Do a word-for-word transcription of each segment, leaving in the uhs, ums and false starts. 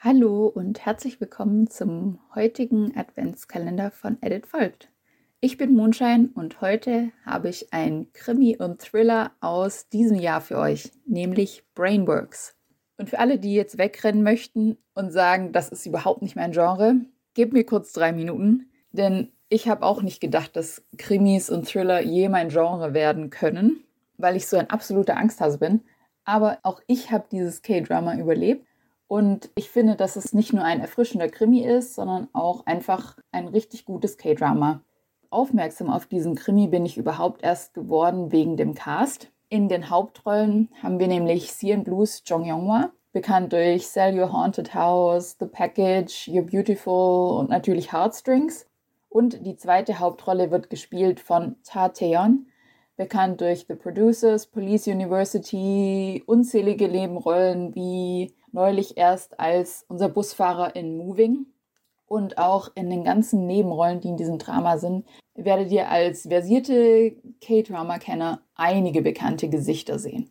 Hallo und herzlich willkommen zum heutigen Adventskalender von Edit folgt. Ich bin Mondschein und heute habe ich ein Krimi und Thriller aus diesem Jahr für euch, nämlich Brainworks. Und für alle, die jetzt wegrennen möchten und sagen, das ist überhaupt nicht mein Genre, gebt mir kurz drei Minuten, denn ich habe auch nicht gedacht, dass Krimis und Thriller je mein Genre werden können, weil ich so ein absoluter Angsthase bin. Aber auch ich habe dieses K-Drama überlebt. Und ich finde, dass es nicht nur ein erfrischender Krimi ist, sondern auch einfach ein richtig gutes K-Drama. Aufmerksam auf diesen Krimi bin ich überhaupt erst geworden wegen dem Cast. In den Hauptrollen haben wir nämlich Cyan Blues Jong Yong-hwa, bekannt durch Sell Your Haunted House, The Package, You're Beautiful und natürlich Heartstrings. Und die zweite Hauptrolle wird gespielt von Ta Tae-yeon, bekannt durch The Producers, Police University, unzählige Nebenrollen wie neulich erst als unser Busfahrer in Moving. Und auch in den ganzen Nebenrollen, die in diesem Drama sind, werdet ihr als versierte K-Drama-Kenner einige bekannte Gesichter sehen.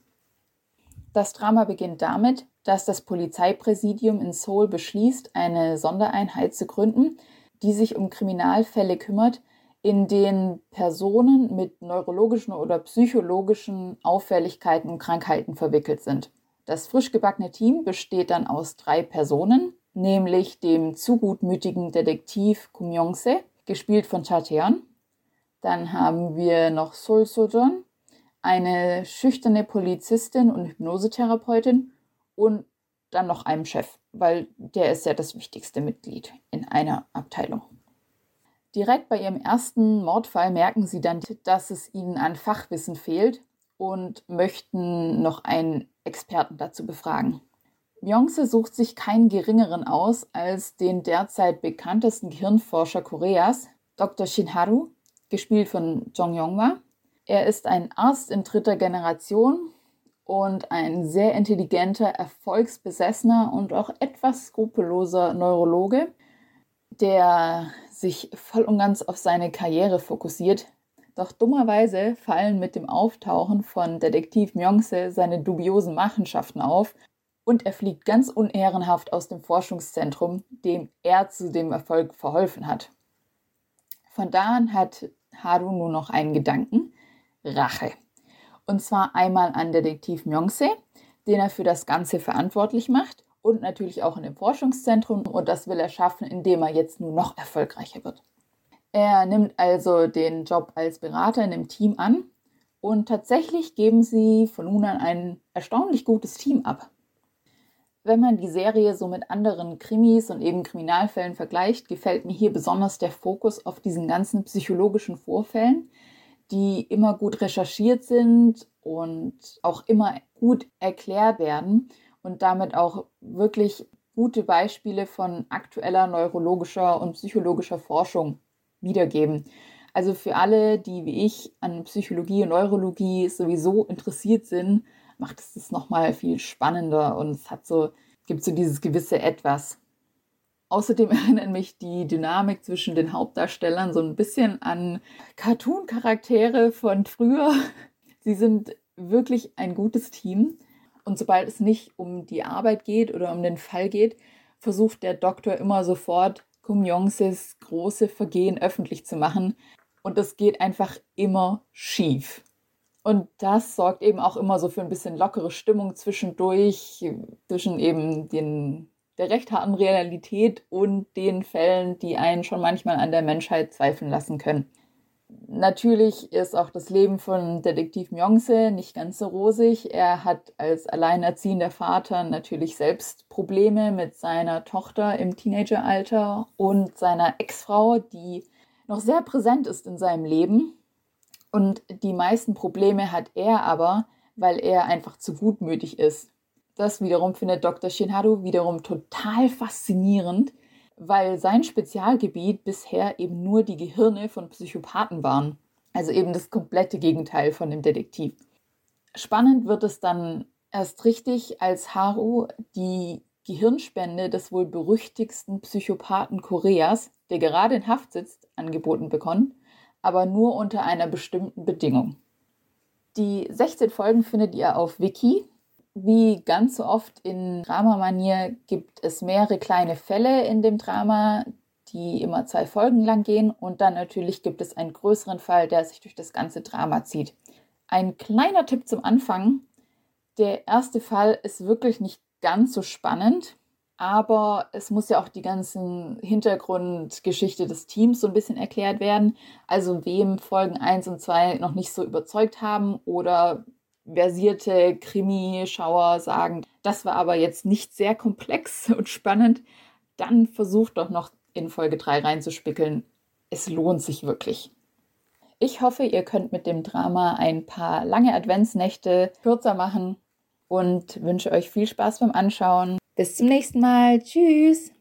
Das Drama beginnt damit, dass das Polizeipräsidium in Seoul beschließt, eine Sondereinheit zu gründen, die sich um Kriminalfälle kümmert, in denen Personen mit neurologischen oder psychologischen Auffälligkeiten und Krankheiten verwickelt sind. Das frisch gebackene Team besteht dann aus drei Personen, nämlich dem zu gutmütigen Detektiv Kum Yong-se, gespielt von Cha Tae-yeon. Dann haben wir noch Sol So-jeon, eine schüchterne Polizistin und Hypnosetherapeutin, und dann noch einem Chef, weil der ist ja das wichtigste Mitglied in einer Abteilung. Direkt bei ihrem ersten Mordfall merken sie dann, dass es ihnen an Fachwissen fehlt und möchten noch einen Experten dazu befragen. Yong-se sucht sich keinen geringeren aus als den derzeit bekanntesten Gehirnforscher Koreas, Doktor Shin Haru, gespielt von Jong Yong-hwa. Er ist ein Arzt in dritter Generation und ein sehr intelligenter, erfolgsbesessener und auch etwas skrupelloser Neurologe, der sich voll und ganz auf seine Karriere fokussiert. Doch dummerweise fallen mit dem Auftauchen von Detektiv Myong-se seine dubiosen Machenschaften auf und er fliegt ganz unehrenhaft aus dem Forschungszentrum, dem er zu dem Erfolg verholfen hat. Von da an hat Haru nur noch einen Gedanken: Rache. Und zwar einmal an Detektiv Myong-se, den er für das Ganze verantwortlich macht, und natürlich auch in dem Forschungszentrum, und das will er schaffen, indem er jetzt nur noch erfolgreicher wird. Er nimmt also den Job als Berater in dem Team an und tatsächlich geben sie von nun an ein erstaunlich gutes Team ab. Wenn man die Serie so mit anderen Krimis und eben Kriminalfällen vergleicht, gefällt mir hier besonders der Fokus auf diesen ganzen psychologischen Vorfällen, die immer gut recherchiert sind und auch immer gut erklärt werden und damit auch wirklich gute Beispiele von aktueller neurologischer und psychologischer Forschung wiedergeben. Also für alle, die wie ich an Psychologie und Neurologie sowieso interessiert sind, macht es das nochmal viel spannender und es hat so, gibt so dieses gewisse Etwas. Außerdem erinnert mich die Dynamik zwischen den Hauptdarstellern so ein bisschen an Cartoon-Charaktere von früher. Sie sind wirklich ein gutes Team und sobald es nicht um die Arbeit geht oder um den Fall geht, versucht der Doktor immer sofort, Kum Yong-ses große Vergehen öffentlich zu machen. Und das geht einfach immer schief. Und das sorgt eben auch immer so für ein bisschen lockere Stimmung zwischendurch, zwischen eben den, der recht harten Realität und den Fällen, die einen schon manchmal an der Menschheit zweifeln lassen können. Natürlich ist auch das Leben von Detektiv Myong-se nicht ganz so rosig. Er hat als alleinerziehender Vater natürlich selbst Probleme mit seiner Tochter im Teenageralter und seiner Ex-Frau, die noch sehr präsent ist in seinem Leben. Und die meisten Probleme hat er aber, weil er einfach zu gutmütig ist. Das wiederum findet Doktor Shin Haru wiederum total faszinierend, weil sein Spezialgebiet bisher eben nur die Gehirne von Psychopathen waren. Also eben das komplette Gegenteil von dem Detektiv. Spannend wird es dann erst richtig, als Haru die Gehirnspende des wohl berüchtigsten Psychopathen Koreas, der gerade in Haft sitzt, angeboten bekommt, aber nur unter einer bestimmten Bedingung. Die sechzehn Folgen findet ihr auf Viki. Wie ganz so oft in Dramamanier gibt es mehrere kleine Fälle in dem Drama, die immer zwei Folgen lang gehen. Und dann natürlich gibt es einen größeren Fall, der sich durch das ganze Drama zieht. Ein kleiner Tipp zum Anfang. Der erste Fall ist wirklich nicht ganz so spannend, aber es muss ja auch die ganze Hintergrundgeschichte des Teams so ein bisschen erklärt werden. Also wem Folgen eins und zwei noch nicht so überzeugt haben oder versierte Krimi-Schauer sagen, das war aber jetzt nicht sehr komplex und spannend, dann versucht doch noch in Folge drei reinzuspickeln. Es lohnt sich wirklich. Ich hoffe, ihr könnt mit dem Drama ein paar lange Adventsnächte kürzer machen und wünsche euch viel Spaß beim Anschauen. Bis zum nächsten Mal. Tschüss!